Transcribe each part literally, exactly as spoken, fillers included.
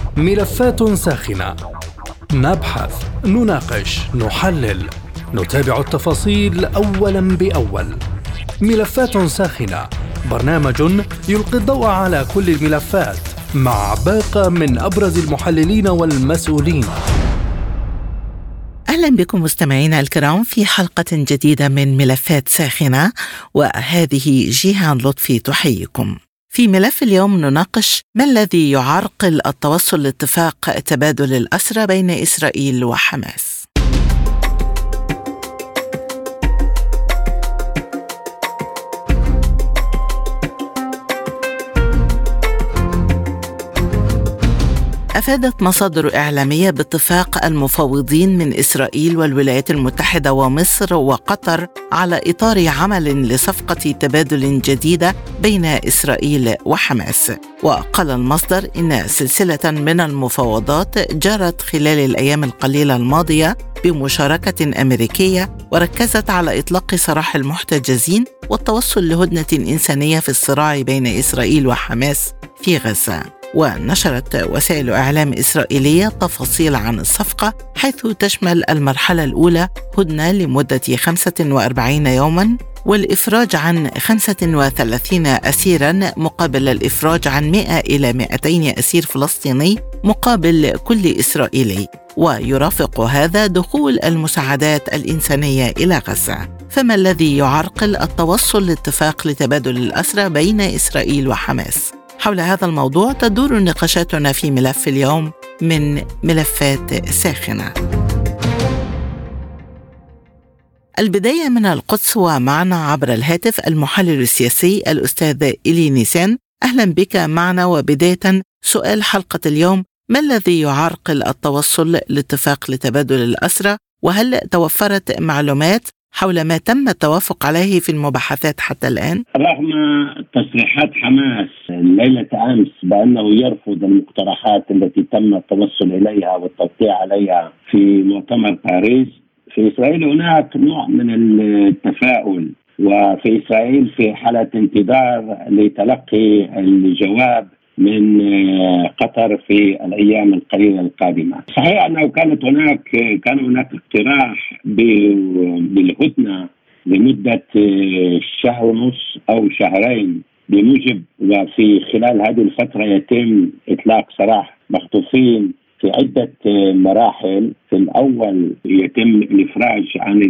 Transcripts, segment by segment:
ملفات ساخنة، نبحث، نناقش، نحلل، نتابع التفاصيل أولاً بأول. ملفات ساخنة، برنامج يلقي الضوء على كل الملفات مع باقة من أبرز المحللين والمسؤولين. أهلا بكم مستمعينا الكرام في حلقة جديدة من ملفات ساخنة، وهذه جيهان لطفي تحييكم. في ملف اليوم نناقش ما الذي يعرقل التوصل لاتفاق تبادل الأسرى بين إسرائيل وحماس. أفادت مصادر إعلامية باتفاق المفوضين من إسرائيل والولايات المتحدة ومصر وقطر على إطار عمل لصفقة تبادل جديدة بين إسرائيل وحماس. وقال المصدر إن سلسلة من المفاوضات جرت خلال الأيام القليلة الماضية بمشاركة أمريكية، وركزت على إطلاق سراح المحتجزين والتوصل لهدنة إنسانية في الصراع بين إسرائيل وحماس في غزة. ونشرت وسائل إعلام إسرائيلية تفاصيل عن الصفقة، حيث تشمل المرحلة الأولى هدنة لمدة خمسة وأربعين يوماً والإفراج عن خمسة وثلاثين أسيراً مقابل الإفراج عن مئة إلى مئتين أسير فلسطيني مقابل كل إسرائيلي، ويرافق هذا دخول المساعدات الإنسانية إلى غزة. فما الذي يعرقل التوصل لاتفاق لتبادل الأسرى بين إسرائيل وحماس؟ حول هذا الموضوع تدور نقاشاتنا في ملف اليوم من ملفات ساخنة. البداية من القدس، ومعنا عبر الهاتف المحلل السياسي الأستاذ إلي نيسان. أهلا بك معنا. وبداية سؤال حلقة اليوم: ما الذي يعرقل التوصل لاتفاق لتبادل الأسرى؟ وهل توفرت معلومات حول ما تم التوافق عليه في المباحثات حتى الآن؟ رغم تصريحات حماس ليلة أمس بأنه يرفض المقترحات التي تم التوصل إليها والتوقيع عليها في مؤتمر باريس، في إسرائيل هناك نوع من التفاؤل، وفي إسرائيل في حالة انتظار لتلقي الجواب من قطر في الأيام القليلة القادمة. صحيح أنه كانت هناك كان هناك اقتراح بالهدنة لمدة شهر ونص أو شهرين، بموجب وفي خلال هذه الفترة يتم إطلاق سراح مخطوفين في عدة مراحل. في الأول يتم الإفراج عن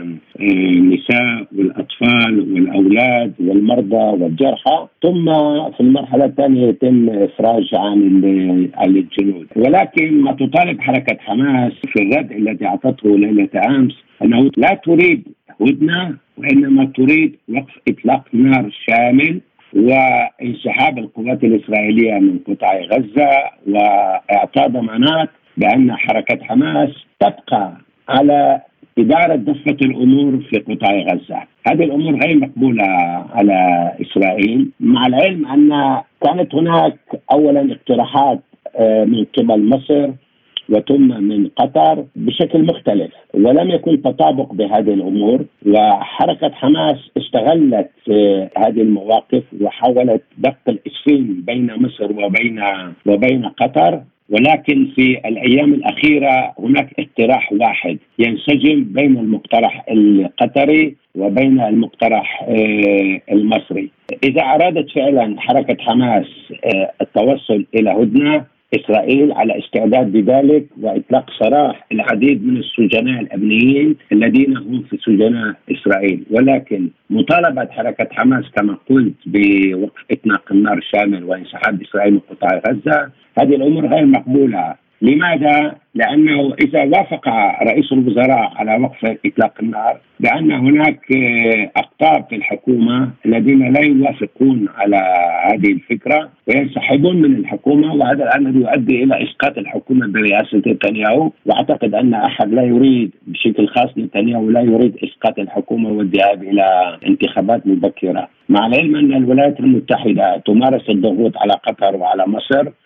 النساء والأطفال والأولاد والمرضى والجرحى، ثم في المرحلة الثانية يتم إفراج عن الجنود. ولكن ما تطالب حركة حماس في الرد الذي أعطته ليلة أمس أنه لا تريد هدنة، وإنما تريد وقف إطلاق نار شامل وانسحاب القوات الإسرائيلية من قطاع غزة، وإعطاء ضمانات بأن حركة حماس تبقى على إدارة دفة الأمور في قطاع غزة. هذه الأمور غير مقبولة على إسرائيل، مع العلم أن كانت هناك أولا اقتراحات من قبل مصر وثم من قطر بشكل مختلف، ولم يكن تطابق بهذه الأمور. وحركة حماس استغلت هذه المواقف وحاولت دق الإسفين بين مصر وبين وبين قطر. ولكن في الأيام الأخيرة هناك اقتراح واحد ينسجم بين المقترح القطري وبين المقترح المصري. إذا أرادت فعلا حركة حماس التوصل إلى هدنة، إسرائيل على استعداد بذلك وإطلاق سراح العديد من السجناء الأمنيين الذين هم في سجناء إسرائيل. ولكن مطالبة حركة حماس كما قلت بوقف إطلاق النار شامل وانسحاب إسرائيل من قطاع غزة، هذه الأمور غير مقبولة. لماذا؟ لأنه إذا وافق رئيس الوزراء على وقف إطلاق النار، بأن هناك أقطاب في الحكومة الذين لا يوافقون على هذه الفكرة وينسحبون من الحكومة، وهذا الأمر يؤدي إلى إسقاط الحكومة برئاسة نتنياهو. وأعتقد أن أحد لا يريد بشكل خاص، نتنياهو لا يريد إسقاط الحكومة والذهاب إلى انتخابات مبكرة، مع العلم أن الولايات المتحدة تمارس الضغوط على قطر وعلى مصر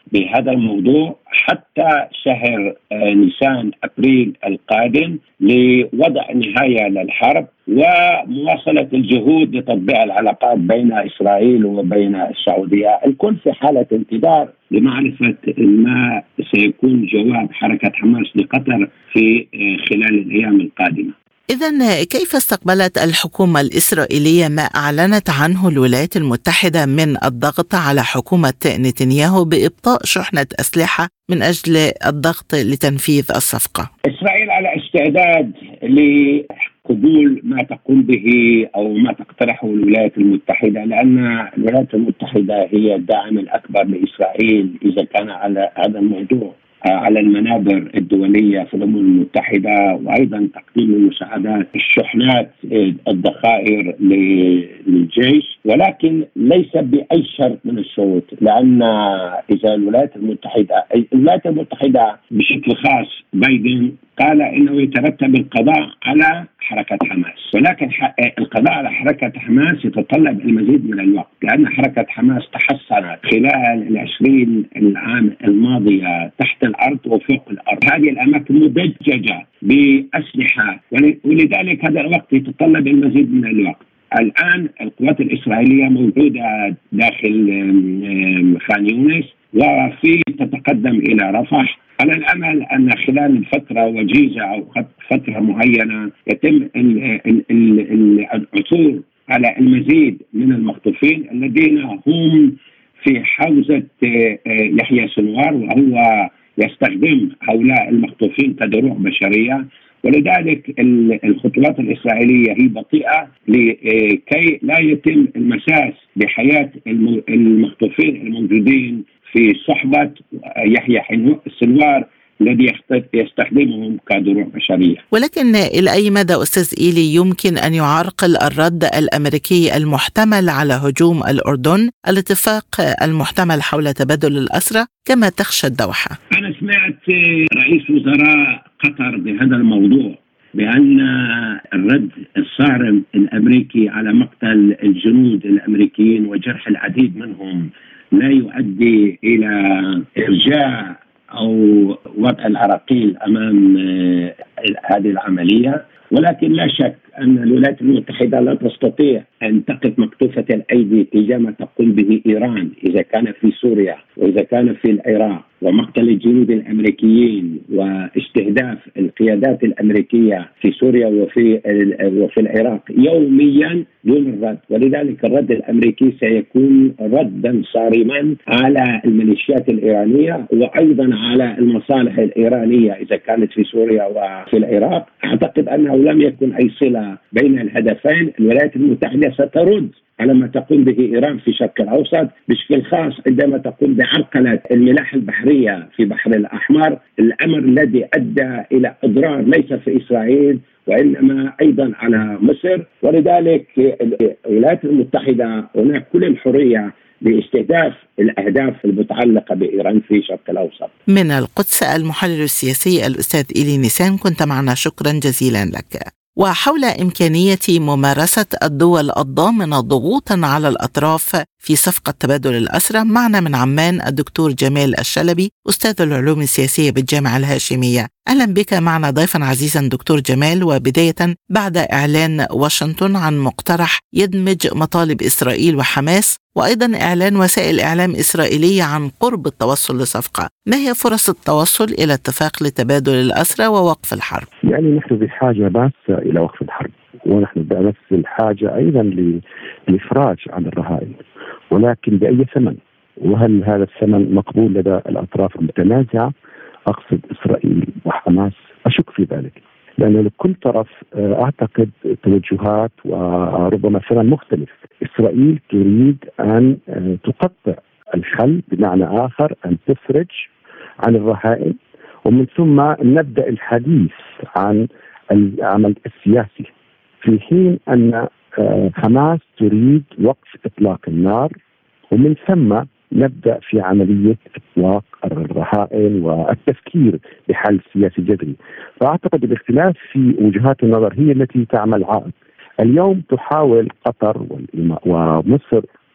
بهذا الموضوع حتى شهر نيسان أبريل القادم لوضع نهاية للحرب ومواصلة الجهود لتطبيع العلاقات بين إسرائيل وبين السعودية. الكل في حالة انتظار لمعرفة ما سيكون جواب حركة حماس لقطر في خلال الأيام القادمة. إذن كيف استقبلت الحكومة الإسرائيلية ما أعلنت عنه الولايات المتحدة من الضغط على حكومة نتنياهو بإبطاء شحنة أسلحة من أجل الضغط لتنفيذ الصفقة؟ إسرائيل على استعداد لقبول ما تقوم به أو ما تقترحه الولايات المتحدة، لأن الولايات المتحدة هي الداعم الأكبر لإسرائيل إذا كان على هذا الموضوع على المنابر الدولية في الأمم المتحدة، وأيضا تقديم المساعدات الشحنات الذخائر للجيش، ولكن ليس بأي شرط من الشروط، لأن إذا الولايات المتحدة الولايات المتحدة بشكل خاص بايدن قال إنه يترتب القضاء على حركة حماس، ولكن القضاء على حركة حماس يتطلب المزيد من الوقت، لأن حركة حماس تحصنت خلال العشرين العام الماضية تحت الأرض وفوق الأرض. هذه الأماكن مدججة بأسلحة، ولذلك هذا الوقت يتطلب المزيد من الوقت. الآن القوات الإسرائيلية موجودة داخل خان يونس وفي تتقدم إلى رفح، على الأمل أن خلال فترة وجيزة أو فترة معينة يتم العثور على المزيد من المخطوفين الذين هم في حوزة يحيى سنوار، وهو يستخدم هؤلاء المخطوفين كدروع بشرية، ولذلك الخطوات الإسرائيلية هي بطيئة لكي لا يتم المساس بحياة المخطوفين الموجودين في صحبة يحيى سنوار الذي يستخدمهم كدروع بشرية. ولكن إلى أي مدى أستاذ إيلي يمكن أن يعرقل الرد الأمريكي المحتمل على هجوم الأردن الاتفاق المحتمل حول تبادل الأسرى كما تخشى الدوحة؟ أنا سمعت رئيس وزراء قطر بهذا الموضوع بأن الرد الصارم الأمريكي على مقتل الجنود الأمريكيين وجرح العديد منهم لا يؤدي إلى إرجاع أو وضع العراقيل أمام هذه العملية، ولكن لا شك أن الولايات المتحدة لا تستطيع أن تقف مكتوفة الأيدي تجاه ما تقوم به إيران إذا كان في سوريا وإذا كان في العراق، ومقتل الجنود الأمريكيين واستهداف القيادات الأمريكية في سوريا وفي وفي العراق يوميا دون الرد. ولذلك الرد الأمريكي سيكون ردا صارما على الميليشيات الإيرانية وأيضا على المصالح الإيرانية إذا كانت في سوريا وفي العراق. أعتقد أنه لم يكن أي صلة بين الهدفين. الولايات المتحدة سترد على ما تقوم به إيران في الشرق الأوسط، بشكل خاص عندما تقوم بعرقلة الملاحة البحرية في بحر الأحمر، الأمر الذي أدى إلى أضرار ليس في إسرائيل وإنما أيضا على مصر. ولذلك الولايات المتحدة هناك كل الحرية لاستهداف الأهداف المتعلقة بإيران في الشرق الأوسط. من القدس المحلل السياسي الأستاذ إيلي نيسان، كنت معنا، شكرا جزيلا لك. وحول إمكانية ممارسة الدول الضامنة ضغوطا على الأطراف في صفقة تبادل الأسرى، معنا من عمان الدكتور جمال الشلبي أستاذ العلوم السياسية بالجامعة الهاشمية. أهلا بك معنا ضيفا عزيزا دكتور جمال. وبداية، بعد إعلان واشنطن عن مقترح يدمج مطالب إسرائيل وحماس، وأيضا إعلان وسائل إعلام إسرائيلية عن قرب التوصل لصفقة، ما هي فرص التوصل إلى اتفاق لتبادل الأسرى ووقف الحرب؟ يعني نحن بحاجة بس إلى وقف الحرب، ونحن بنفس الحاجة أيضا للإفراج عن الرهائن، ولكن بأي ثمن؟ وهل هذا الثمن مقبول لدى الأطراف المتنازعة؟ أقصد إسرائيل وحماس، أشك في ذلك، لأن لكل طرف أعتقد توجهات وربما ثمن مختلف. إسرائيل تريد أن تقطع الخل، بمعنى آخر أن تفرج عن الرهائن، ومن ثم نبدأ الحديث عن العمل السياسي، في حين أن حماس تريد وقف إطلاق النار، ومن ثم نبدأ في عملية إطلاق الرهائن والتفكير بحل سياسي جذري. فأعتقد الاختلاف في وجهات النظر هي التي تعمل عائق. اليوم تحاول قطر ومصر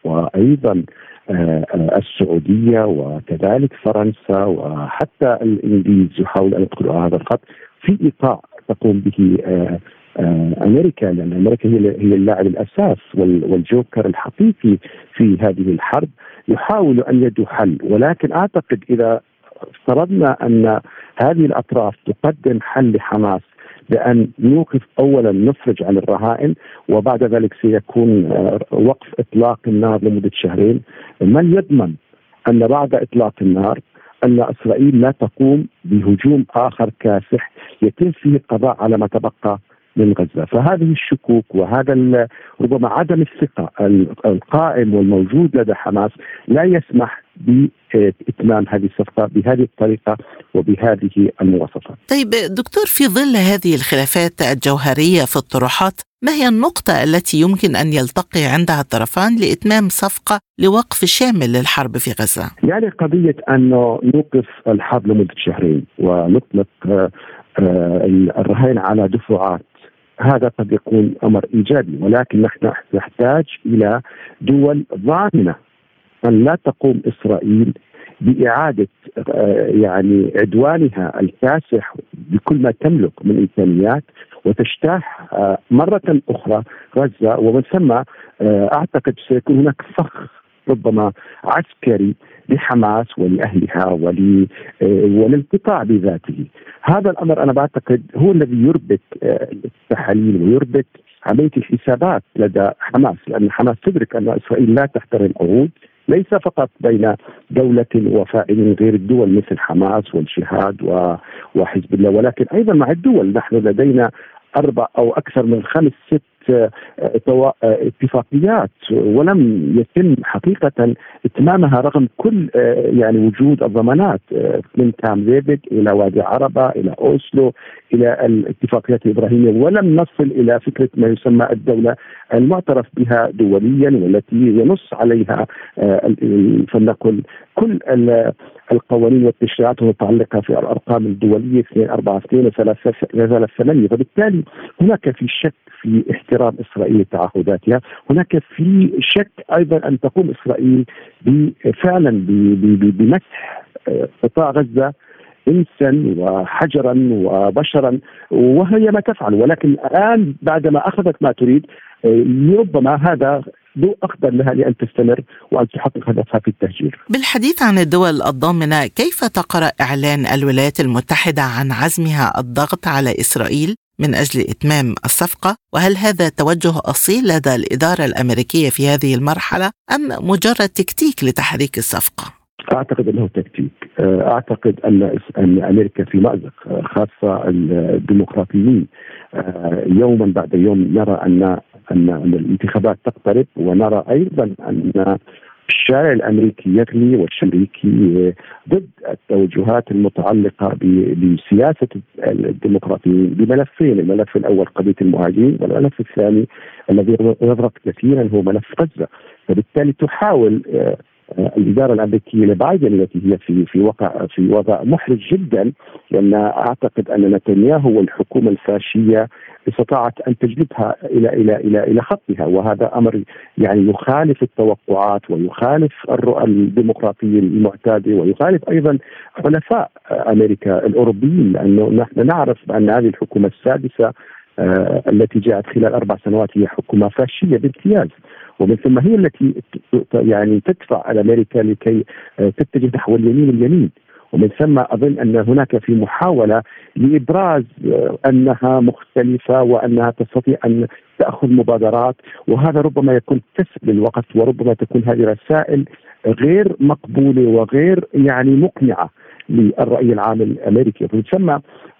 وأيضا السعودية وكذلك فرنسا وحتى الإنجليز يحاول أن يدخلوا هذا الخط في إيقاع تقوم به أمريكا، لأن أمريكا هي هي اللاعب الأساس والجوكر الحقيقي في هذه الحرب. يحاول أن يجدوا حل، ولكن أعتقد إذا افترضنا أن هذه الأطراف تقدم حل لحماس بأن نوقف أولا نفرج عن الرهائن وبعد ذلك سيكون وقف إطلاق النار لمدة شهرين، من يضمن أن بعد إطلاق النار أن إسرائيل لا تقوم بهجوم آخر كاسح يتم فيه القضاء على ما تبقى من غزة؟ فهذه الشكوك وهذا ربما عدم الثقة القائم والموجود لدى حماس لا يسمح بإتمام هذه الصفقة بهذه الطريقة وبهذه المواصفات. طيب دكتور، في ظل هذه الخلافات الجوهرية في الطروحات، ما هي النقطة التي يمكن أن يلتقي عندها الطرفان لإتمام صفقة لوقف شامل للحرب في غزة؟ يعني قضية أنه نوقف الحرب لمدة شهرين ونطلق الرهائن على دفعات، هذا قد يكون أمر إيجابي، ولكن نحن نحتاج إلى دول ضامنة أن لا تقوم إسرائيل بإعادة يعني عدوانها الكاسح بكل ما تملك من إمكانيات وتجتاح مرة أخرى غزة، ومن ثم أعتقد سيكون هناك فخ ربما عسكري لحماس ولأهلها وللقطاع بذاته. هذا الأمر أنا بعتقد هو الذي يربك التحاليل ويربك عملية الحسابات لدى حماس، لأن حماس تدرك أن إسرائيل لا تحترم العهود، ليس فقط بين دولة وفاعلين غير الدول مثل حماس والجهاد وحزب الله، ولكن أيضا مع الدول. نحن لدينا أربع أو أكثر من خمس ست اتفاقيات ولم يتم حقيقة إتمامها رغم كل يعني وجود الضمانات من كام ديفيد إلى وادي عربة إلى أوسلو إلى الاتفاقيات الإبراهيمية، ولم نصل إلى فكرة ما يسمى الدولة المعترف بها دوليا والتي ينص عليها فلنقل كل القوانين والتشريعات المتعلقة في الأرقام الدولية اثنين أربعة اثنين وثلاثة ثمانية. فبالتالي هناك في شك في احترام إسرائيل تعهداتها، هناك في شك أيضا أن تقوم إسرائيل فعلا بمسح قطاع غزة إنسا وحجرا وبشرا، وهي ما تفعل. ولكن الآن بعدما أخذت ما تريد ربما هذا ضوء أخضر لها لأن تستمر وأن تحقق هدفها في التهجير. بالحديث عن الدول الضامنة، كيف تقرأ إعلان الولايات المتحدة عن عزمها الضغط على إسرائيل من أجل إتمام الصفقة؟ وهل هذا توجه أصيل لدى الإدارة الأمريكية في هذه المرحلة أم مجرد تكتيك لتحريك الصفقة؟ أعتقد أنه تكتيك. أعتقد أن أن أمريكا في مأزق، خاصة الديمقراطيين. يوما بعد يوم نرى أن أن الانتخابات تقترب، ونرى أيضا أن الشارع الأمريكي يغلي والشريكي ضد التوجهات المتعلقة بسياسة الديمقراطيين بملفين: الملف الأول قضية المهاجرين، والملف الثاني الذي يضغط كثيرا هو ملف غزة. فبالتالي تحاول الإدارة الأمريكية لبايدن التي هي في في وضع في وضع محرج جدا، لأن أعتقد أن نتنياهو والحكومة الفاشية استطاعت أن تجلبها إلى إلى إلى إلى خطها، وهذا أمر يعني يخالف التوقعات ويخالف الرؤى الديمقراطية المعتادة ويخالف أيضا حلفاء أمريكا الأوروبيين، لأنه نحن نعرف أن هذه الحكومة السادسة آه التي جاءت خلال أربع سنوات هي حكومة فاشية بامتياز، ومن ثم هي التي يعني تدفع على أمريكا لكي تتجه نحو اليمين اليمين. ومن ثم أظن أن هناك في محاولة لإبراز أنها مختلفة وأنها تستطيع أن تأخذ مبادرات، وهذا ربما يكون كسب للوقت، وربما تكون هذه رسائل غير مقبولة وغير يعني مقنعة للرأي العام الأمريكي. فبالتالي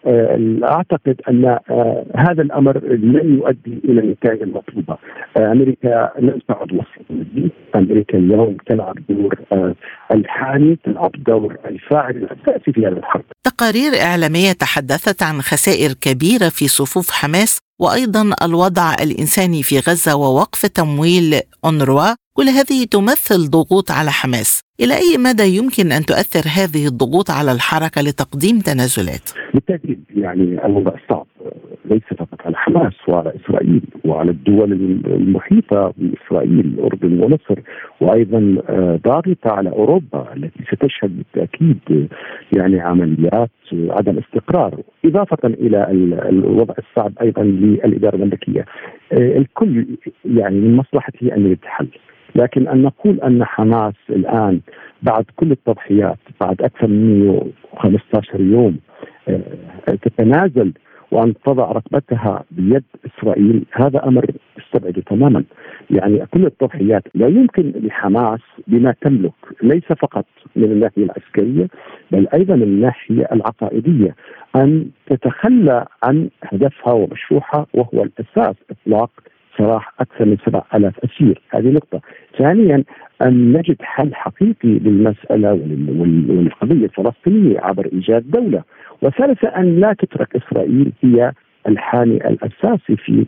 أعتقد أن هذا الأمر لن يؤدي إلى النتائج المطلوبة. أمريكا لم تعد وسيلة، أمريكا اليوم تلعب دور الحاني، تلعب دور الفاعل الأساسي في هذا الحرب. تقارير إعلامية تحدثت عن خسائر كبيرة في صفوف حماس، وأيضا الوضع الإنساني في غزة ووقف تمويل أونروا. كل هذه تمثل ضغوط على حماس. إلى أي مدى يمكن أن تؤثر هذه الضغوط على الحركة لتقديم تنازلات؟ بالتأكيد يعني الوضع صعب ليس فقط على حماس وعلى إسرائيل وعلى الدول المحيطة بإسرائيل، الأردن ومصر، وأيضا ضاغطة على أوروبا التي ستشهد بالتأكيد يعني عمليات عدم استقرار، إضافة إلى الوضع الصعب أيضا للإدارة الأمريكية. الكل يعني من مصلحته أن يتحل، لكن أن نقول أن حماس الآن بعد كل التضحيات، بعد أكثر من مئة وخمسة عشر يوم تتنازل وأن تضع ركبتها بيد إسرائيل، هذا أمر استبعده تماما. يعني كل التضحيات لا يمكن لحماس بما تملك، ليس فقط من الناحية العسكرية بل أيضا من الناحية العقائدية، أن تتخلى عن هدفها ومشروعها وهو الأساس إطلاق سراح أكثر من سبع آلاف أسير. هذه نقطة. ثانيا أن نجد حل حقيقي للمسألة والقضية الفلسطينية عبر إيجاد دولة. وثالثا أن لا تترك إسرائيل هي الحامي الأساسي في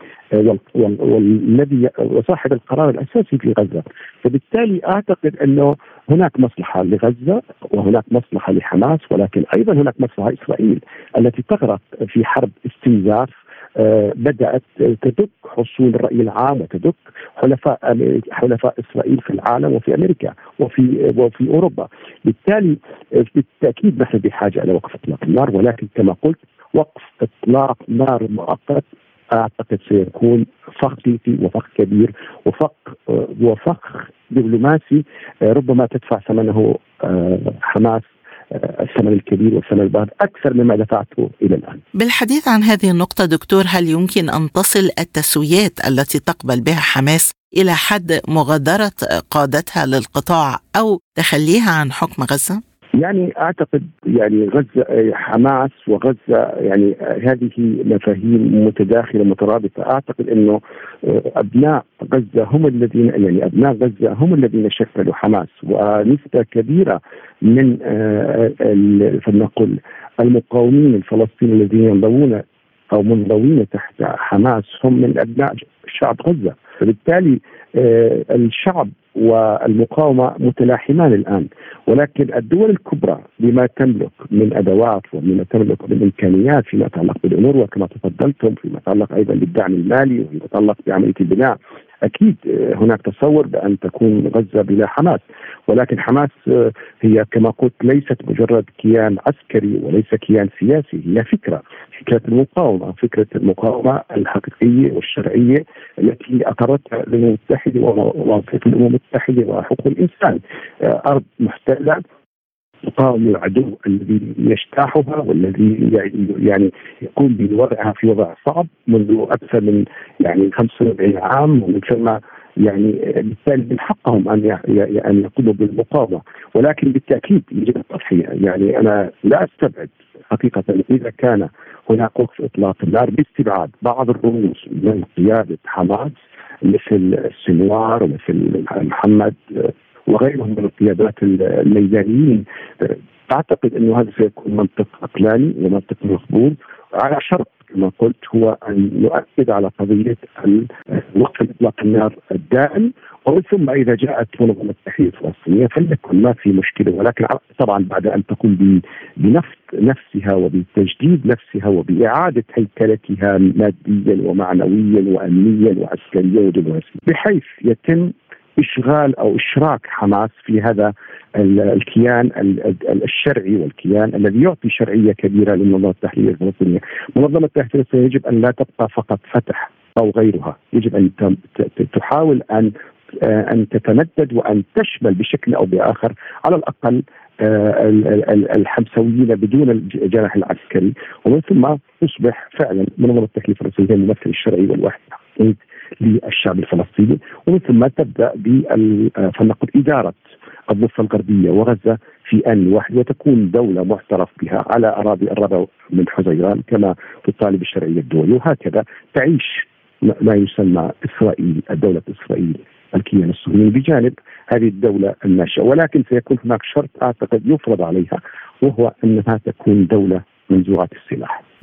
والذي وصاحب القرار الأساسي في غزة. فبالتالي أعتقد أنه هناك مصلحة لغزة وهناك مصلحة لحماس، ولكن أيضا هناك مصلحة إسرائيل التي تغرق في حرب استنزاف بدأت تدك حصول الرأي العام وتدك حلفاء حلفاء إسرائيل في العالم وفي أمريكا وفي وفي أوروبا. بالتالي بالتأكيد نحن بحاجة إلى وقف إطلاق النار، ولكن كما قلت وقف إطلاق نار مؤقت أعتقد سيكون فخ حقيقي وفخ كبير وفخ وفخ دبلوماسي ربما تدفع ثمنه حماس الثمن الكبير والثمن الباهظ أكثر مما دفعته إلى الآن. بالحديث عن هذه النقطة دكتور، هل يمكن أن تصل التسويات التي تقبل بها حماس إلى حد مغادرة قادتها للقطاع أو تخليها عن حكم غزة؟ يعني أعتقد يعني غزة حماس وغزة يعني هذه مفاهيم متداخلة مترابطة. أعتقد أنه أبناء غزة هم الذين يعني أبناء غزة هم الذين شكلوا حماس، ونسبة كبيرة من فلنقل المقاومين الفلسطينيين الذين ينضوون أو منضوين تحت حماس هم من أبناء شعب غزة. فبالتالي الشعب والمقاومة متلاحمان الآن، ولكن الدول الكبرى بما تملك من أدوات وبما تملك من إمكانيات فيما يتعلق بالأمور وكما تفضلتم فيما يتعلق أيضا بالدعم المالي وفيما يتعلق بعملية البناء، أكيد هناك تصور بأن تكون غزة بلا حماس. ولكن حماس هي كما قلت ليست مجرد كيان عسكري وليس كيان سياسي، هي فكرة فكرة المقاومة، فكرة المقاومة الحقيقية والشرعية التي أقرتها الأمم المتحدة ومواقف الأمم المتحدة وحقوق الإنسان. أرض محتلة تقاوم العدو الذي يجتاحها والذي يعني يقوم بوضعها في وضع صعب منذ أكثر من يعني خمسة وأربعين عام، ومن ثم يعني بالتالي من حقهم أن أن يقوموا بالمقاومة، ولكن بالتأكيد يجب التضحية. يعني أنا لا أستبعد حقيقة إذا كان هناك وقف إطلاق النار باستبعاد بعض الرموز من قيادة حماس مثل السنوار ومثل محمد وغيرهم من القيادات الميدانيين. أعتقد أنه هذا سيكون منطق عقلاني ومنطق مقبول، على شرط كما قلت هو أن يؤكد على قضية وقف إطلاق النار الدائم، ومن ثم إذا جاءت منظمة التحرير الفلسطينية فليكن ما في مشكلة، ولكن طبعا بعد أن تقوم بنفس نفسها وبتجديد نفسها وبإعادة هيكلتها ماديا ومعنويا وأمنيا وعسكريا ودبلوماسيا، بحيث يتم إشغال أو إشراك حماس في هذا الكيان الشرعي والكيان الذي يعطي شرعية كبيرة للمنظمة التحريرية الفلسطينية. منظمة التحرير الفلسطينية يجب أن لا تبقى فقط فتح أو غيرها، يجب أن تحاول أن أن تتمدد وأن تشمل بشكل أو بآخر على الأقل الحمسويين بدون الجناح العسكري، ومن ثم تصبح فعلا منظمة التحرير الفلسطينية الممثل الشرعي والواحد للشعب الفلسطيني، ومن ثم تبدأ فلنقل إدارة الضفة الغربية وغزة في آن واحد، وتكون دولة معترف بها على أراضي الربع من حزيران كما تطالب الشرعية الدولية، وهكذا تعيش ما يسمى إسرائيل، الدولة إسرائيل الكيان الصهيوني بجانب هذه الدولة الناشئة. ولكن سيكون هناك شرط أعتقد يفرض عليها، وهو أنها تكون دولة منزوعة السلاح.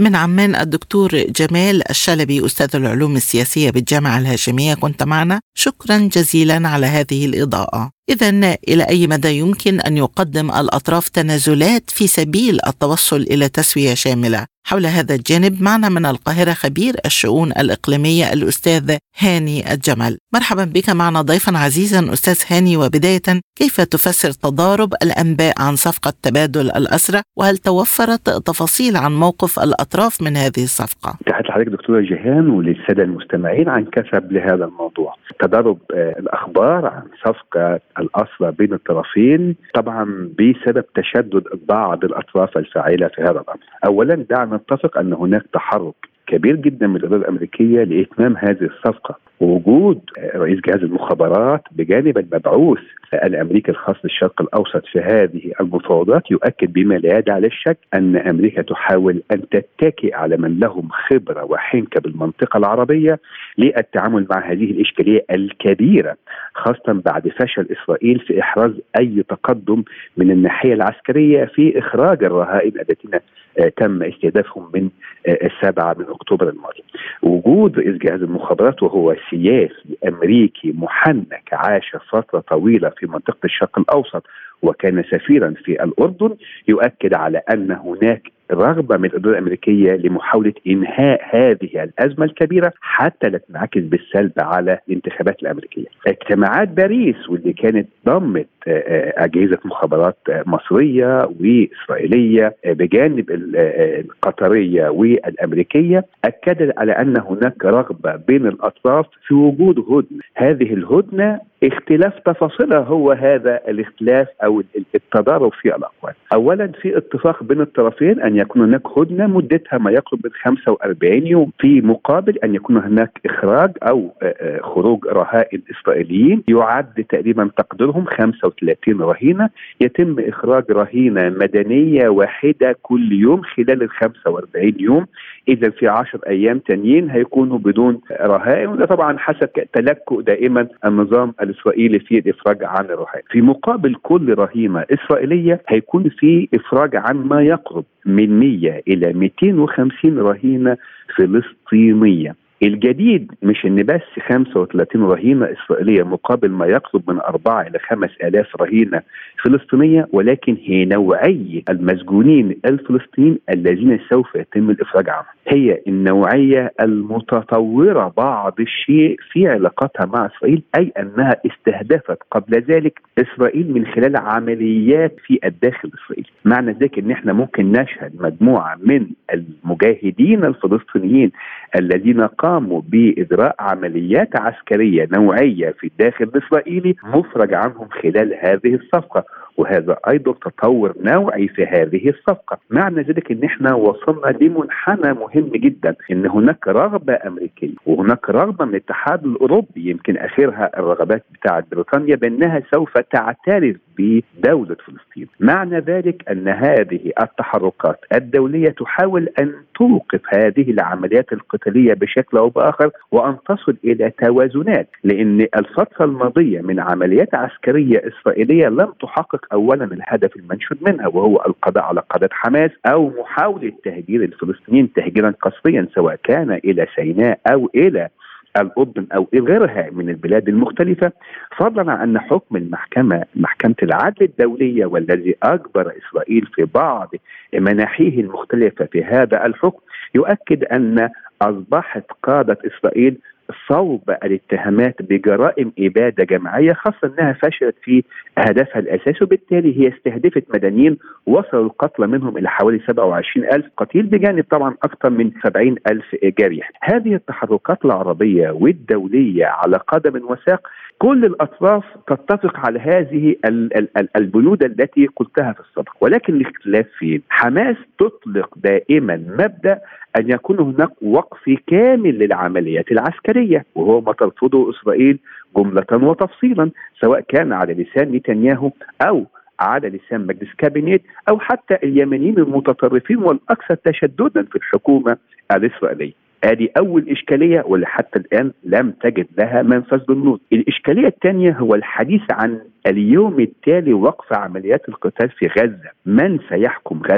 من عمان الدكتور جمال الشلبي، أستاذ العلوم السياسية بالجامعة الهاشمية، كنت معنا. شكرا جزيلا على هذه الإضاءة. إذن إلى أي مدى يمكن أن يقدم الأطراف تنازلات في سبيل التوصل إلى تسوية شاملة؟ حول هذا الجانب معنا من القاهرة خبير الشؤون الإقليمية الأستاذ هاني الجمل. مرحبا بك معنا ضيفا عزيزا أستاذ هاني. وبداية، كيف تفسر تضارب الأنباء عن صفقة تبادل الأسرى؟ وهل توفرت تفاصيل عن موقف الأطراف من هذه الصفقة؟ تحت لحضرتك دكتورة جيهان وللسادة المستمعين عن كسب لهذا الموضوع. تضارب آه الأخبار عن صفقة الأسرى بين الطرفين طبعا بسبب تشدد بعض الأطراف الفاعلة في هذا الأمر. أولا دعنا نتفق أن هناك تحرك كبير جدا من الإدارة الأمريكية لإتمام هذه الصفقة، ووجود رئيس جهاز المخابرات بجانب المبعوث الأمريكي الخاص بالشرق الأوسط في هذه المفاوضات يؤكد بما لا يدع للشك أن أمريكا تحاول أن تتكئ على من لهم خبرة وحنكة بالمنطقة العربية للتعامل مع هذه الإشكالية الكبيرة، خاصة بعد فشل إسرائيل في إحراز أي تقدم من الناحية العسكرية في إخراج الرهائن الذين تم استهدافهم من السابعة من أكتوبر الماضي. وجود رئيس جهاز المخابرات وهو سياسي أمريكي محنك عاش فترة طويلة في منطقة الشرق الأوسط وكان سفيرا في الأردن يؤكد على أن هناك رغبة من الإدارة الأمريكية لمحاولة إنهاء هذه الأزمة الكبيرة حتى لا تنعكس بالسلب على الانتخابات الأمريكية. اجتماعات باريس واللي كانت ضمت أجهزة مخابرات مصرية وإسرائيلية بجانب القطرية والأمريكية أكدت على أن هناك رغبة بين الأطراف في وجود هدنة. هذه الهدنة اختلاف تفاصيلها هو هذا الاختلاف أو التضارب في الأقوال. أولا في اتفاق بين الطرفين أن يكون هناك هدنة مدتها ما يقرب من خمسة وأربعين يوم في مقابل أن يكون هناك إخراج أو خروج رهائن إسرائيليين يعد تقريبا تقديرهم خمسة وثلاثين رهينة، يتم إخراج رهينة مدنية واحدة كل يوم خلال ال خمسة وأربعين يوم. إذا في عشر أيام تانيين هيكونوا بدون رهائن، وده طبعا حسب تلكؤ دائما النظام الإسرائيلي في الإفراج عن الرهائن. في مقابل كل رهينة إسرائيلية هيكون في إفراج عن ما يقرب من مئة إلى مئتين وخمسين رهينة فلسطينية. الجديد مش ان بس خمسة وثلاثين رهينة إسرائيلية مقابل ما يقرب من أربعة إلى خمس آلاف رهينة فلسطينية، ولكن هي نوعية المسجونين الفلسطينيين الذين سوف يتم الإفراج عنهم. هي النوعية المتطورة بعض الشيء في علاقتها مع إسرائيل، أي أنها استهدفت قبل ذلك إسرائيل من خلال عمليات في الداخل الإسرائيلي. معنى ذلك أن احنا ممكن نشهد مجموعة من المجاهدين الفلسطينيين الذين قاموا بإجراء عمليات عسكرية نوعية في الداخل الإسرائيلي مفرج عنهم خلال هذه الصفقة، وهذا أيضا تطور نوعي في هذه الصفقة. معنى ذلك أن احنا وصلنا لمنحنى مهم جدا، أن هناك رغبة أمريكية وهناك رغبة من الاتحاد الأوروبي، يمكن آخرها الرغبات بتاعت بريطانيا بأنها سوف تعترف بدولة فلسطين. معنى ذلك أن هذه التحركات الدولية تحاول أن توقف هذه العمليات القتالية بشكل أو بآخر وأن تصل إلى توازنات، لأن الفترة الماضية من عمليات عسكرية إسرائيلية لم تحقق أولا الهدف المنشود منها وهو القضاء على قادة حماس أو محاولة تهجير الفلسطينيين تهجيرا قسريا سواء كان إلى سيناء أو إلى الأردن أو غيرها من البلاد المختلفة، فضلا عن أن حكم المحكمة محكمة العدل الدولية والذي أجبر إسرائيل في بعض مناحيه المختلفة في هذا الحكم يؤكد أن أصبحت قادة إسرائيل صوب الاتهامات بجرائم إبادة جماعية، خاصة أنها فشلت في هدفها الأساسي، وبالتالي هي استهدفت مدنيين وصلوا القتلى منهم إلى حوالي سبعة وعشرين ألف قتيل بجانب طبعا أكثر من سبعين ألف جريح. هذه التحركات العربية والدولية على قدم وساق كل الأطراف تتفق على هذه البنود التي قلتها في السابق، ولكن الاختلاف فين؟ حماس تطلق دائما مبدأ أن يكون هناك وقف كامل للعمليات العسكرية، وهو ما ترفضه إسرائيل جملة وتفصيلا سواء كان على لسان نتنياهو أو على لسان مجلس كابينيت أو حتى اليمنيين المتطرفين والأكثر تشددا في الحكومة الإسرائيلية. هذه أول إشكالية واللي حتى الآن لم تجد لها منفذ بالنور. الإشكالية الثانية هو الحديث عن اليوم التالي وقف عمليات القتال في غزة. من سيحكم غزة؟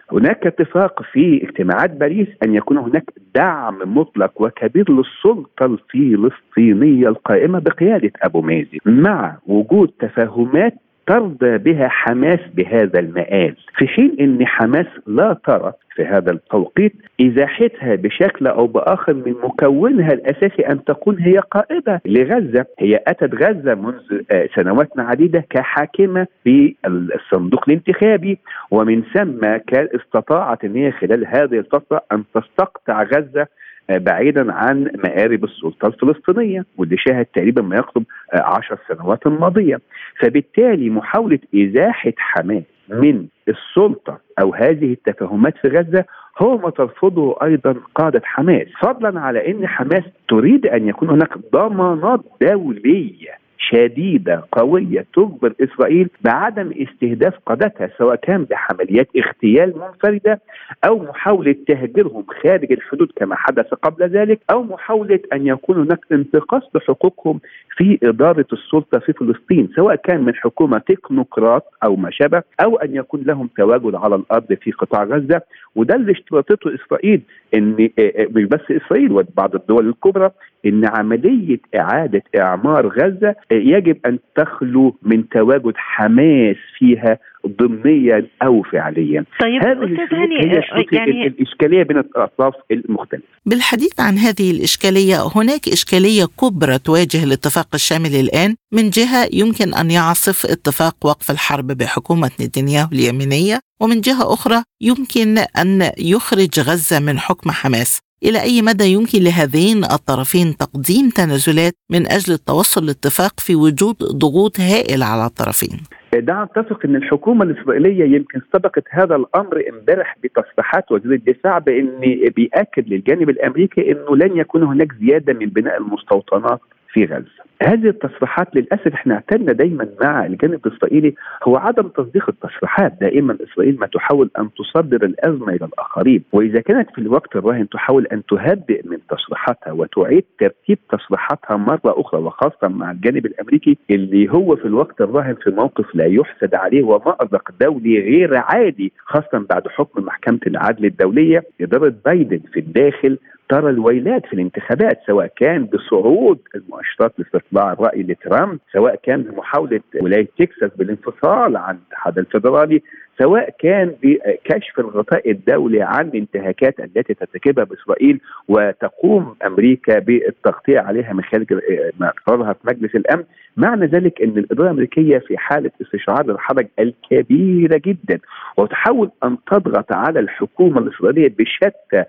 هناك اتفاق في اجتماعات باريس أن يكون هناك دعم مطلق وكبير للسلطة الفلسطينية القائمة بقيادة أبو مازن، مع وجود تفاهمات ترضى بها حماس بهذا المآل، في حين أن حماس لا ترى في هذا التوقيت إزاحتها بشكل أو بآخر من مكونها الأساسي أن تكون هي قائدة لغزة. هي أتت غزة منذ سنوات عديدة كحاكمة في الصندوق الانتخابي، ومن ثم كان استطاعت أن هي خلال هذه الفترة أن تستقطع غزة بعيدا عن مآرب السلطة الفلسطينية، واللي شاهد تقريبا ما يقرب عشر سنوات الماضية. فبالتالي محاولة إزاحة حماس من السلطة أو هذه التفاهمات في غزة هو ما ترفضه أيضا قادة حماس، فضلا على أن حماس تريد أن يكون هناك ضمانات دولية شديدة قوية تجبر إسرائيل بعدم استهداف قادتها، سواء كان بعمليات اغتيال منفردة أو محاولة تهجيرهم خارج الحدود كما حدث قبل ذلك، أو محاولة أن يكون هناك انتقاص لحقوقهم في إدارة السلطة في فلسطين، سواء كان من حكومة تكنوقراط أو ما شابه، أو أن يكون لهم تواجد على الأرض في قطاع غزة. وده اللي اشترطته إسرائيل، إن مش بس إسرائيل وبعض الدول الكبرى، إن عملية إعادة إعمار غزة يجب أن تخلو من تواجد حماس فيها ضمنيا أو فعليا. طيب هذه هي يعني الإشكالية بين الأطراف المختلفة. بالحديث عن هذه الإشكالية، هناك إشكالية كبرى تواجه الاتفاق الشامل الآن. من جهة يمكن أن يعصف اتفاق وقف الحرب بحكومة نتنياهو اليمينية، ومن جهة أخرى يمكن أن يخرج غزة من حكم حماس. إلى أي مدى يمكن لهذين الطرفين تقديم تنازلات من أجل التوصل لاتفاق في وجود ضغوط هائلة على الطرفين؟ ده أتفق أن الحكومة الإسرائيلية يمكن سبقت هذا الأمر امبارح بتصريحات وزير الدفاع، بأن بيأكد للجانب الأمريكي أنه لن يكون هناك زيادة من بناء المستوطنات في غزة. هذه التصريحات للأسف احنا اعتدنا دايما مع الجانب الإسرائيلي هو عدم تصديق التصريحات. دائما إسرائيل ما تحاول أن تصدر الأزمة إلى الآخرين، وإذا كانت في الوقت الراهن تحاول أن تهدئ من تصريحاتها وتعيد ترتيب تصريحاتها مرة أخرى، وخاصة مع الجانب الأمريكي اللي هو في الوقت الراهن في موقف لا يحسد عليه ومأزق دولي غير عادي، خاصة بعد حكم محكمة العدل الدولية. إدارة بايدن في الداخل ترى الويلات في الانتخابات، سواء كان بصعود المؤشرات لاستطلاع الرأي لترامب، سواء كان بمحاولة ولاية تكساس بالانفصال عن الاتحاد الفيدرالي، سواء كان بكشف الغطاء الدولي عن الانتهاكات التي ترتكبها بإسرائيل وتقوم أمريكا بالتغطية عليها من خلال قرارها في مجلس الأمن. معنى ذلك أن الإدارة الأمريكية في حالة استشعار الحرج الكبيرة جدا، وتحاول أن تضغط على الحكومة الإسرائيلية بشتى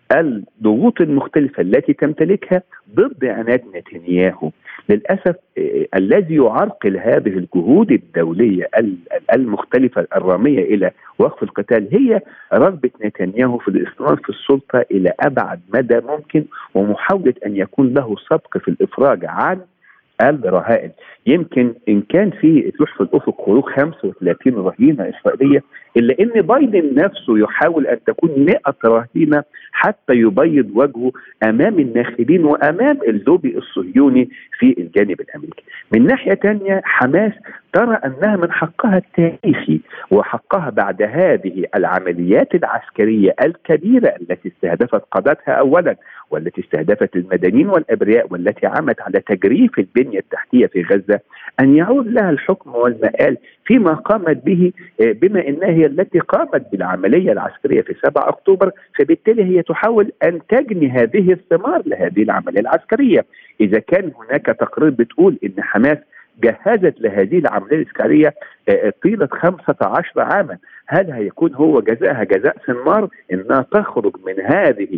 الضغوط المختلفة التي تمتلكها ضد عناد نتنياهو. للأسف الذي يعرقل هذه الجهود الدولية المختلفة الرامية إلى وقف القتال هي رغبة نتنياهو في الاستمرار في السلطة إلى أبعد مدى ممكن، ومحاولة أن يكون له سبق في الإفراج عن الرهائن. يمكن إن كان في تلوح في الأفق خروج خمسة وثلاثين رهينة إسرائيلية، إلا إن بايدن نفسه يحاول أن تكون مئة رهينة حتى يبيض وجهه أمام الناخبين وأمام اللوبي الصهيوني في الجانب الأمريكي. من ناحية تانية حماس ترى أنها من حقها التاريخي وحقها بعد هذه العمليات العسكرية الكبيرة التي استهدفت قادتها أولا، والتي استهدفت المدنيين والأبرياء، والتي عمت على تجريف البنية التحتية في غزة، أن يعود لها الحكم والمآل فيما قامت به، بما أنها هي التي قامت بالعملية العسكرية في سبعة أكتوبر. فبالتالي هي تحاول أن تجني هذه الثمار لهذه العملية العسكرية. إذا كان هناك تقرير بتقول أن حماس جهزت لهذه العملية العسكرية طيلة خمسة عشر عاما، هل هيكون هو جزاءها جزاء سنمار انها تخرج من هذه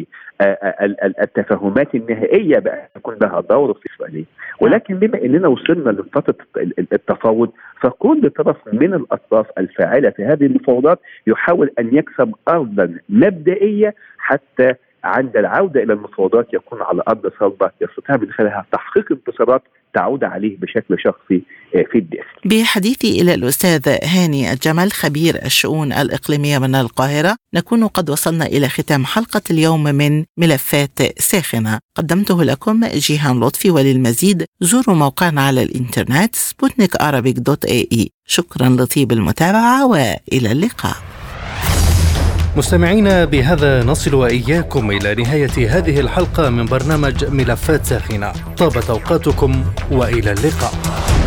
التفاهمات النهائية بأن يكون لها دور في إسرائيل؟ ولكن بما اننا وصلنا لفترة التفاوض، فكل طرف من الاطراف الفاعلة في هذه المفاوضات يحاول ان يكسب ارضا مبدئية حتى عند العودة إلى المفاوضات يكون على أرض صلبة يستطيع من خلالها تحقيق انتصارات تعود عليه بشكل شخصي في الداخل. بحديثي إلى الأستاذ هاني الجمل خبير الشؤون الإقليمية من القاهرة، نكون قد وصلنا إلى ختام حلقة اليوم من ملفات ساخنة. قدمته لكم جيهان لطفي، وللمزيد زوروا موقعنا على الإنترنت سبوتنيك أرابيك دوت إيه إي. شكرا لطيب المتابعة وإلى اللقاء. مستمعينا، بهذا نصل وإياكم إلى نهاية هذه الحلقة من برنامج ملفات ساخنة. طابت أوقاتكم وإلى اللقاء.